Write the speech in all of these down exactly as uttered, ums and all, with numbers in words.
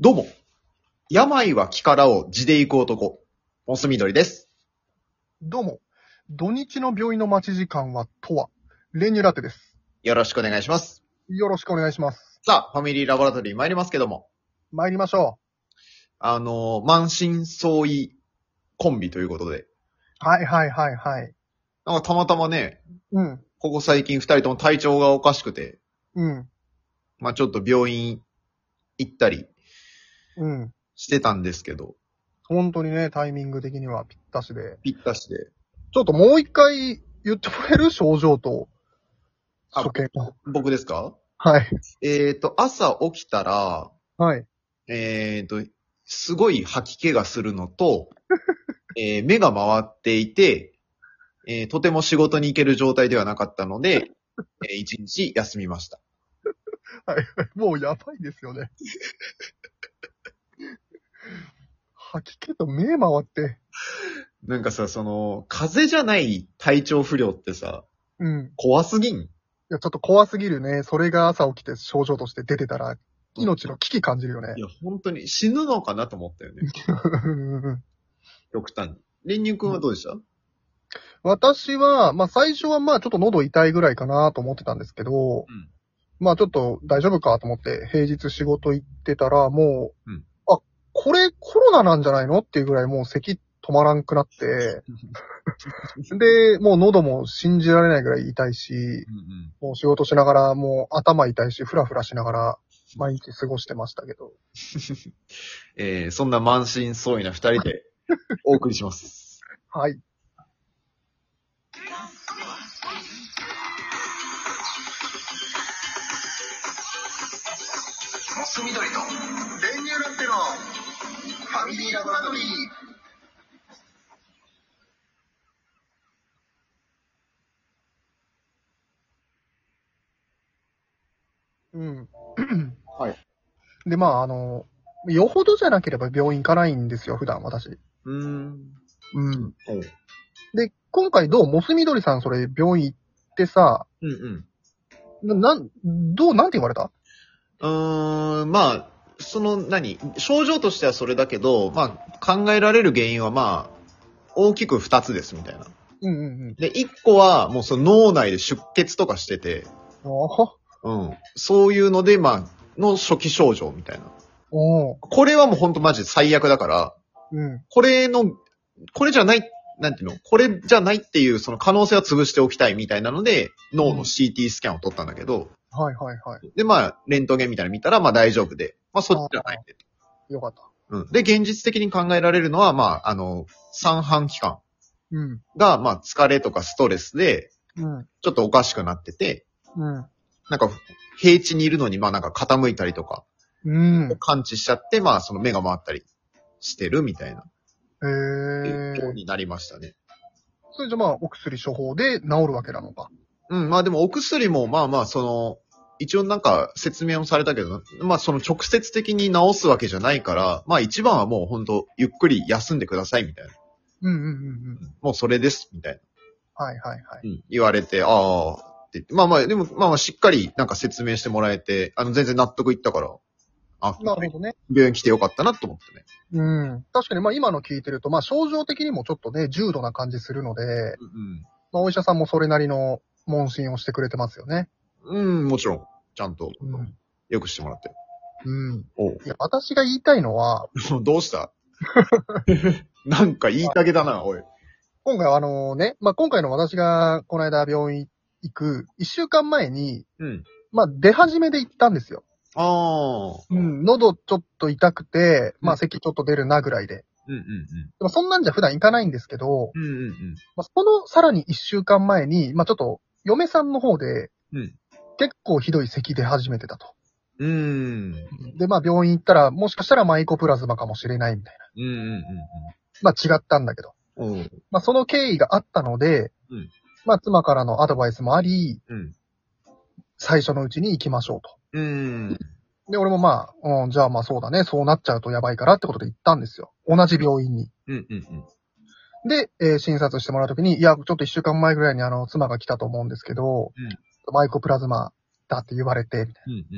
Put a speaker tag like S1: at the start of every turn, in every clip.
S1: どうも。病は気からを地で行く男。モス緑です。
S2: どうも。土日の病院の待ち時間はとは、練乳ラテです。
S1: よろしくお願いします。
S2: よろしくお願いします。
S1: さあ、ファミリーラボラトリー参りますけども。
S2: 参りましょ
S1: あのー、満身創痍コンビということで。
S2: う。はいはいはいはい。
S1: なんかたまたまね、
S2: うん。
S1: ここ最近二人とも体調がおかしくて、
S2: うん。
S1: まあちょっと病院行ったり
S2: うん。
S1: してたんですけど、
S2: 本当にね、タイミング的にはぴったしで。
S1: ぴったしで。
S2: ちょっともう一回言ってもらえる症状と、
S1: あ
S2: 初見を。
S1: 僕ですか？
S2: はい。
S1: えーと、朝起きたら、
S2: はい。
S1: えーと、すごい吐き気がするのと、えー目が回っていて、えーとても仕事に行ける状態ではなかったので、えー一日休みました。
S2: はい。もうやばいですよね。吐き気と目回って。
S1: なんかさ、その、風邪じゃない体調不良ってさ、
S2: うん。
S1: 怖すぎん？
S2: いや、ちょっと怖すぎるね。それが朝起きて症状として出てたら、命の危機感じるよね
S1: い。や、本当に死ぬのかなと思ったよね。極端に。練乳くんはどうでした？
S2: 私は、まあ最初はまあちょっと喉痛いぐらいかなと思ってたんですけど、
S1: うん。
S2: まあちょっと大丈夫かと思って平日仕事行ってたらもう、
S1: うん。
S2: あ、これコロナなんじゃないのっていうぐらいもう咳止まらんくなって、で、もう喉も信じられないぐらい痛いし、
S1: うんうん。
S2: もう仕事しながらもう頭痛いし、ふらふらしながら毎日過ごしてましたけど。
S1: えー、そんな満身創痍な二人でお送りします。
S2: はい。
S1: モス緑と練乳ラッテのファミリーラボラトリー。
S2: うん。
S1: はい。
S2: で、まああの、よほどじゃなければ病院行かないんですよ、普段私。
S1: うーん。
S2: うん。
S1: うん。
S2: で、今回どうモス緑さんそれ病院行ってさ、
S1: うんうん。
S2: な、なん、どう、なんて言われた？
S1: うーん、まあ、その何、症状としてはそれだけど、まあ、考えられる原因はまあ、大きく二つですみたいな。
S2: うんうん
S1: で、一個はもうその脳内で出血とかしてて、
S2: うん。ああ、
S1: うん。そういうので、まあ、の初期症状みたいな。
S2: おー、
S1: これはもうほんとマジで最悪だから、
S2: うん、
S1: これの、これじゃない、なんていうのこれじゃないっていうその可能性は潰しておきたいみたいなので、脳の シーティー スキャンを取ったんだけど、
S2: はいはいはい。
S1: で、まあ、レントゲンみたいなの見たら、まあ大丈夫で、まあそっちじゃないんで。
S2: よかった。
S1: うん。で、現実的に考えられるのは、まあ、あの、三半規管
S2: うん、
S1: が、まあ、疲れとかストレスで、
S2: うん、
S1: ちょっとおかしくなってて、
S2: うん、
S1: なんか、平地にいるのに、まあなんか傾いたりとか、
S2: うん。
S1: 感知しちゃって、まあその目が回ったりしてるみたいな、
S2: へえ。
S1: ようになりましたね。
S2: それじゃまあ、お薬処方で治るわけなのか。
S1: うん、まあでもお薬も、まあまあその、一応なんか説明もされたけど、まあその直接的に治すわけじゃないから、まあ一番はもう本当ゆっくり休んでくださいみたいな。
S2: うんうんうんうん。
S1: もうそれですみたいな。
S2: はいはいはい。
S1: うん、言われて、ああ、って言って、まあまあ、でもまあまあしっかりなんか説明してもらえて、あの全然納得いったから、あ、
S2: なるほどね。
S1: 病院来てよかったなと思ってね。
S2: うん。確かにまあ今の聞いてると、まあ症状的にもちょっとね、重度な感じするので、
S1: うん
S2: まあお医者さんもそれなりの問診をしてくれてますよね。
S1: うん。うん、もちろん、ちゃんと、
S2: うん。
S1: よくしてもらって。
S2: うん。
S1: おう。
S2: いや、私が言いたいのは、
S1: どうしたなんか言いたげだな、おい。
S2: 今回はあのね、まあ、今回の私がこの間病院行く一週間前に、
S1: うん。
S2: まあ、出始めで行ったんですよ。
S1: ああ。
S2: うん、喉ちょっと痛くて、まあ、
S1: うん
S2: 咳ちょっと出るなぐらいで。
S1: うんうん
S2: でもそんなんじゃ普段行かないんですけど、
S1: うん。うんうん
S2: まあ、そのさらに一週間前に、まあ、ちょっと嫁さんの方で
S1: うん。うん。
S2: 結構ひどい咳出始めてたと。
S1: うーん。
S2: で、まあ、病院行ったらもしかしたらマイコプラズマかもしれないみたいな。
S1: うんうんうん
S2: まあ、違ったんだけど。
S1: うん。おう。
S2: まあ、その経緯があったので、
S1: うん
S2: まあ、妻からのアドバイスもあり、
S1: うん。
S2: 最初のうちに行きましょうと。
S1: うん。
S2: で、俺もまあ、うん、じゃあまあそうだね、そうなっちゃうとやばいからってことで行ったんですよ。同じ病院に。
S1: うんうんうん。
S2: で、えー診察してもらうときに、いや、ちょっと一週間前ぐらいにあの、妻が来たと思うんですけど、
S1: うん
S2: マイコプラズマだって言われて、みたい
S1: うんうん。
S2: な。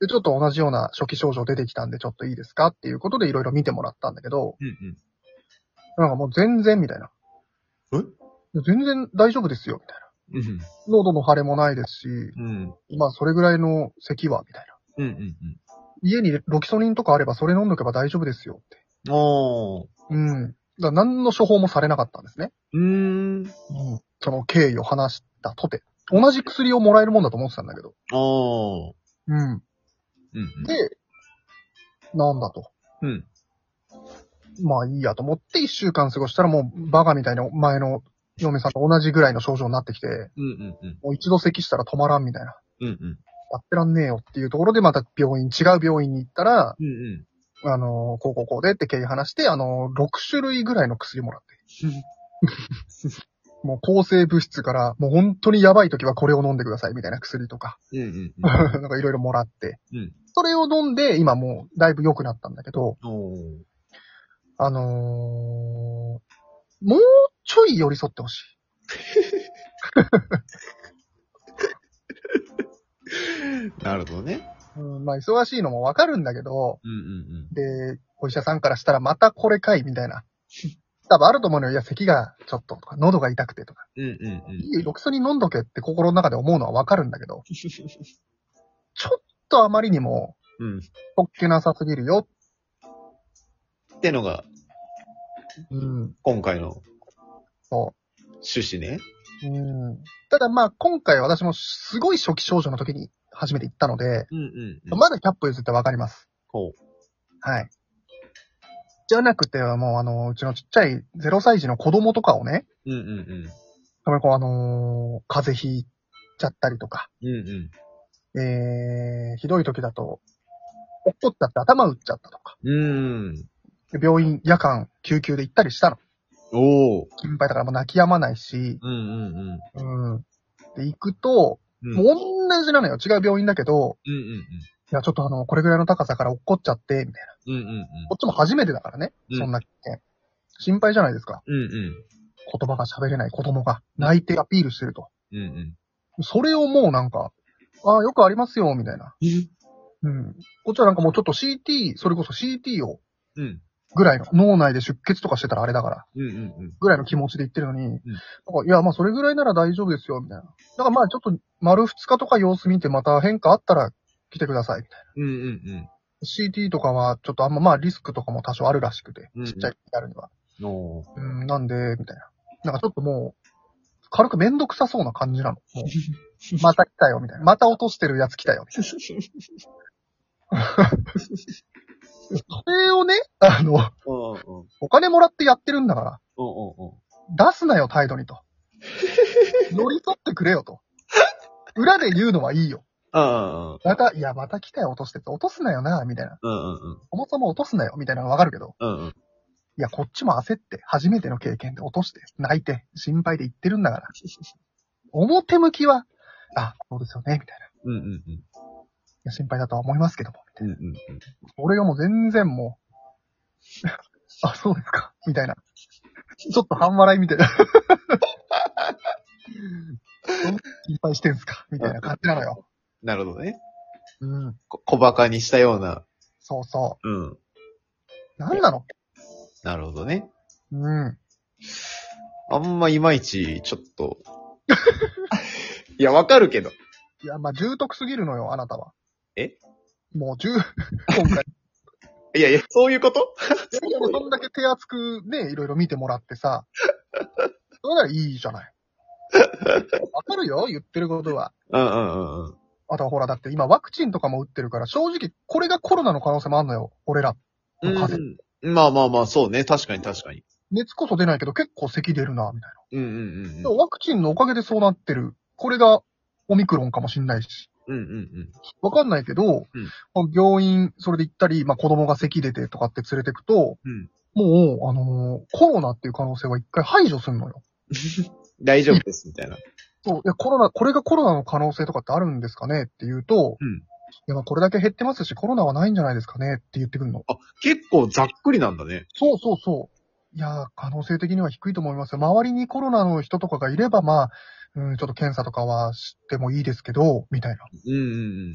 S2: で、ちょっと同じような初期症状出てきたんでちょっといいですかっていうことでいろいろ見てもらったんだけど、
S1: うんうん。
S2: なんかもう全然みたいな。
S1: え
S2: 全然大丈夫ですよ、みたい
S1: うん。
S2: な。喉の腫れもないですし、
S1: うん。
S2: まあそれぐらいの咳は、みたいな。
S1: うんうんうん。
S2: 家にロキソニンとかあればそれ飲んどけば大丈夫ですよって。
S1: おー。
S2: うん。だから何の処方もされなかったんですね。
S1: うーん。
S2: うん。その経緯を話したとて。同じ薬をもらえるもんだと思ってたんだけど。
S1: おー。
S2: うん。
S1: うんうん。
S2: で、なんだと。
S1: うん。
S2: まあいいやと思って一週間過ごしたらもうバカみたいな前の嫁さんと同じぐらいの症状になってきて、
S1: うんうんうん。
S2: もう一度咳したら止まらんみたいな。
S1: うんうん。
S2: やってらんねえよっていうところでまた病院、違う病院に行ったら、
S1: うんうん。
S2: あの、こうこうこうでって経緯話して、あの、ろく種類ぐらいの薬もらって。もう抗生物質から、もう本当にやばい時はこれを飲んでくださいみたいな薬とか、
S1: うんうんうん。
S2: なんかいろいろもらって。
S1: うん。
S2: それを飲んで、今もうだいぶ良くなったんだけど、
S1: おー。
S2: あのー、もうちょい寄り添ってほしい。
S1: なるほどね。
S2: うん、まあ忙しいのもわかるんだけど、
S1: うんうん
S2: で、お医者さんからしたらまたこれかいみたいな。多分あると思うのよ。いや、咳がちょっととか、喉が痛くてとか。
S1: うん。うんうんうん。
S2: いいよ、ロキソニン飲んどけって心の中で思うのはわかるんだけど、ちょっとあまりにも、
S1: うん。
S2: そっけなさすぎるよ。
S1: ってのが、
S2: うん。
S1: 今回の
S2: そ
S1: 趣旨ね。
S2: う。うん。ただまあ、今回私もすごい初期症状の時に初めて行ったので、
S1: うんうんうん。
S2: まだひゃっ歩譲ってわかります。
S1: ほう。
S2: はい。じゃなくて、もうあの、うちのちっちゃいゼロさい児の子供とかをね、
S1: うんうん
S2: たまにこうあのー風邪ひいちゃったりとか、
S1: うん。うんうん。
S2: えー、ひどい時だと、落っこっちゃって頭打っちゃったとか、
S1: うーん。
S2: で病院、夜間、救急で行ったりしたの。
S1: おー。
S2: 心配だからもう泣き止まないし、
S1: うんうんうん。
S2: うん。で、行くと、
S1: うん
S2: もう同じなのよ。違う病院だけど、
S1: うんうん
S2: いや、ちょっとあの、これぐらいの高さから落っこっちゃって、みたいな。
S1: うん。うんうん
S2: こっちも初めてだからね。
S1: うん
S2: そんな経験。心配じゃないですか。
S1: うん。うん
S2: 言葉が喋れない子供が泣いてアピールしてると。
S1: うん。うん
S2: それをもうなんか、ああ、よくありますよ、みたいな。
S1: うん。
S2: うん。こっちはなんかもうちょっと シーティー、それこそ シーティー を、
S1: うん。
S2: ぐらいの、脳内で出血とかしてたらあれだから、
S1: うんうんうん。
S2: ぐらいの気持ちで言ってるのに、なんかいや、まあそれぐらいなら大丈夫ですよ、みたいな。だからまあちょっと、丸二日とか様子見てまた変化あったら来てください、みたいな。
S1: うんうんうん。
S2: シーティー とかはちょっとあんままあリスクとかも多少あるらしくて、
S1: うん
S2: ちっちゃい ピーアール には。
S1: おー。
S2: うん、なんで、みたいな。なんかちょっともう、軽くめんどくさそうな感じなの。もうまた来たよ、みたいな。また落としてるやつ来たよ、みたいな。それをね、あの、
S1: うんうん。
S2: お金もらってやってるんだから、
S1: うんうんうん。
S2: 出すなよ、態度にと。寄り添ってくれよと。裏で言うのはいいよ。
S1: ああ。
S2: また、いや、また来たよ、落としてって。落とすなよな、みたいな。
S1: うんうんうん。
S2: そもそも落とすなよ、みたいなのわかるけど。
S1: うんうん。
S2: いや、こっちも焦って、初めての経験で落として、泣いて、心配で言ってるんだから。表向きは、あ、そうですよね、みたいな。い
S1: うんうんうん。
S2: や、心配だとは思いますけども、みたいな。
S1: うんうんうん。
S2: 俺がもう全然もう、あ、そうですか、みたいな。ちょっと半笑いみたいな。心配してんすかみたいな感じなのよ。
S1: なるほどね。
S2: うん。
S1: こ小馬鹿にしたような。
S2: そうそ
S1: うん。
S2: う。なんなの
S1: なるほどね。
S2: うん。
S1: あんまいまいち、ちょっと。いや、わかるけど。
S2: いや、まあ、重篤すぎるのよ、あなたは。
S1: え
S2: もう、重、今回。
S1: いやいや、そういうこと
S2: いや、そんだけ手厚くね、いろいろ見てもらってさ。それならいいじゃない。わかるよ、言ってることは。
S1: うんうんうんうん。
S2: あとはほら、だって今ワクチンとかも打ってるから、正直、これがコロナの可能性もあんのよ、俺ら。の風邪。
S1: うん。まあまあまあ、そうね。確かに確かに。
S2: 熱こそ出ないけど結構咳出るな、みたい
S1: うんうんうん
S2: な。でもワクチンのおかげでそうなってる。これがオミクロンかもしんないし。
S1: うん。うんうん
S2: わかんないけど、病院、それで行ったり、まあ子供が咳出てとかって連れてくと、
S1: うん。うん。
S2: もう、あのーコロナっていう可能性は一回排除すんのよ。
S1: 大丈夫です、みたいな。
S2: そう、いや、コロナ、これがコロナの可能性とかってあるんですかねって言うと、
S1: うん。
S2: いや、まあこれだけ減ってますし、コロナはないんじゃないですかねって言ってくるの。
S1: あ、結構ざっくりなんだね。
S2: そうそうそう。いや、可能性的には低いと思いますよ。周りにコロナの人とかがいれば、まあ、うん、ちょっと検査とかはしてもいいですけど、みたいな。
S1: うんうん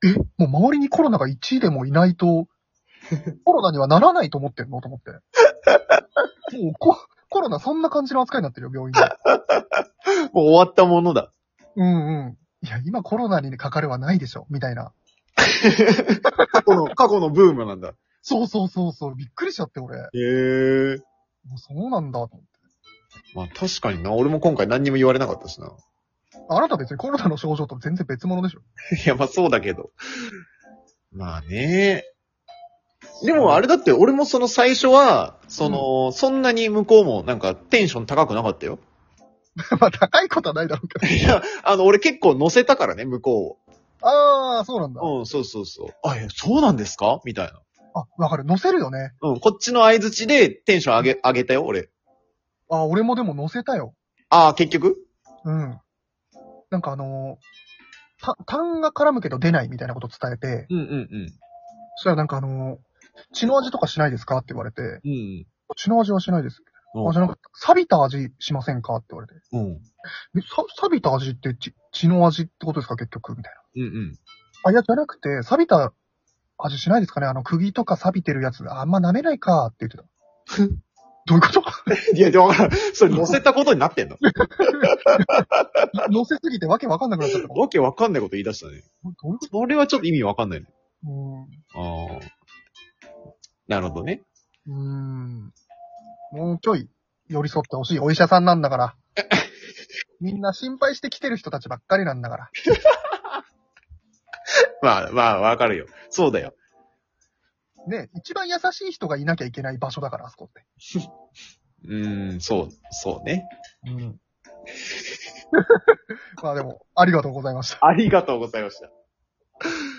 S2: え、もう周りにコロナがいちいでもいないと、コロナにはならないと思ってんのと思って。もうコ、コロナそんな感じの扱いになってるよ、病院で。
S1: もう終わったものだ。
S2: うんうん。いや、今コロナにかかるはないでしょ、みたいな。
S1: 過去の、過去のブームなんだ。
S2: そうそうそうそう、びっくりしちゃって、俺。
S1: へえ。
S2: もうそうなんだ、と思って。
S1: まあ確かにな。俺も今回何にも言われなかったしな。
S2: あなた別にコロナの症状と全然別物でしょ。
S1: いや、まあそうだけど。まあね。でもあれだって俺もその最初は、その、うん、そんなに向こうもなんかテンション高くなかったよ。
S2: まあ高いことはないだろうけど。
S1: いや、あの俺結構乗せたからね、向こうを。
S2: ああ、そうなんだ。
S1: うん、そうそうそう。あ、え、そうなんですかみたいな。
S2: あ、わかる。乗せるよね。
S1: うん、こっちの相槌でテンション上げ、上げたよ、俺。
S2: あ、俺もでも乗せたよ。
S1: ああ、結局
S2: うん。なんかあのー、た、痰が絡むけど出ないみたいなこと伝えて。
S1: うんうんうん。
S2: そしたらなんかあのー、血の味とかしないですかって言われて。
S1: うん。
S2: 血の味はしないです。
S1: うん、
S2: あ、じゃなくて、錆びた味しませんかって言われて。
S1: うん。
S2: え、さ、錆びた味って血、血の味ってことですか結局みたいな。
S1: うんうん。
S2: あ、いや、じゃなくて、錆びた味しないですかねあの、釘とか錆びてるやつ、あんま舐めないかって言ってた。どういうこと
S1: いや、わからん。それ乗せたことになってんの
S2: 乗せすぎてわけわかんなくなっちゃった。
S1: わけわかんないこと言い出したね。
S2: どういうこと
S1: それはちょっと意味わかんないね。
S2: うん。
S1: ああ。なるほどね。
S2: うーん。もうちょい寄り添ってほしいお医者さんなんだから。みんな心配して来てる人たちばっかりなんだから。
S1: まあ、まあ、わかるよ。そうだよ。
S2: ね、一番優しい人がいなきゃいけない場所だから、あそこって。
S1: うーん、そう、そうね。
S2: うん。まあでも、ありがとうございました。
S1: ありがとうございました。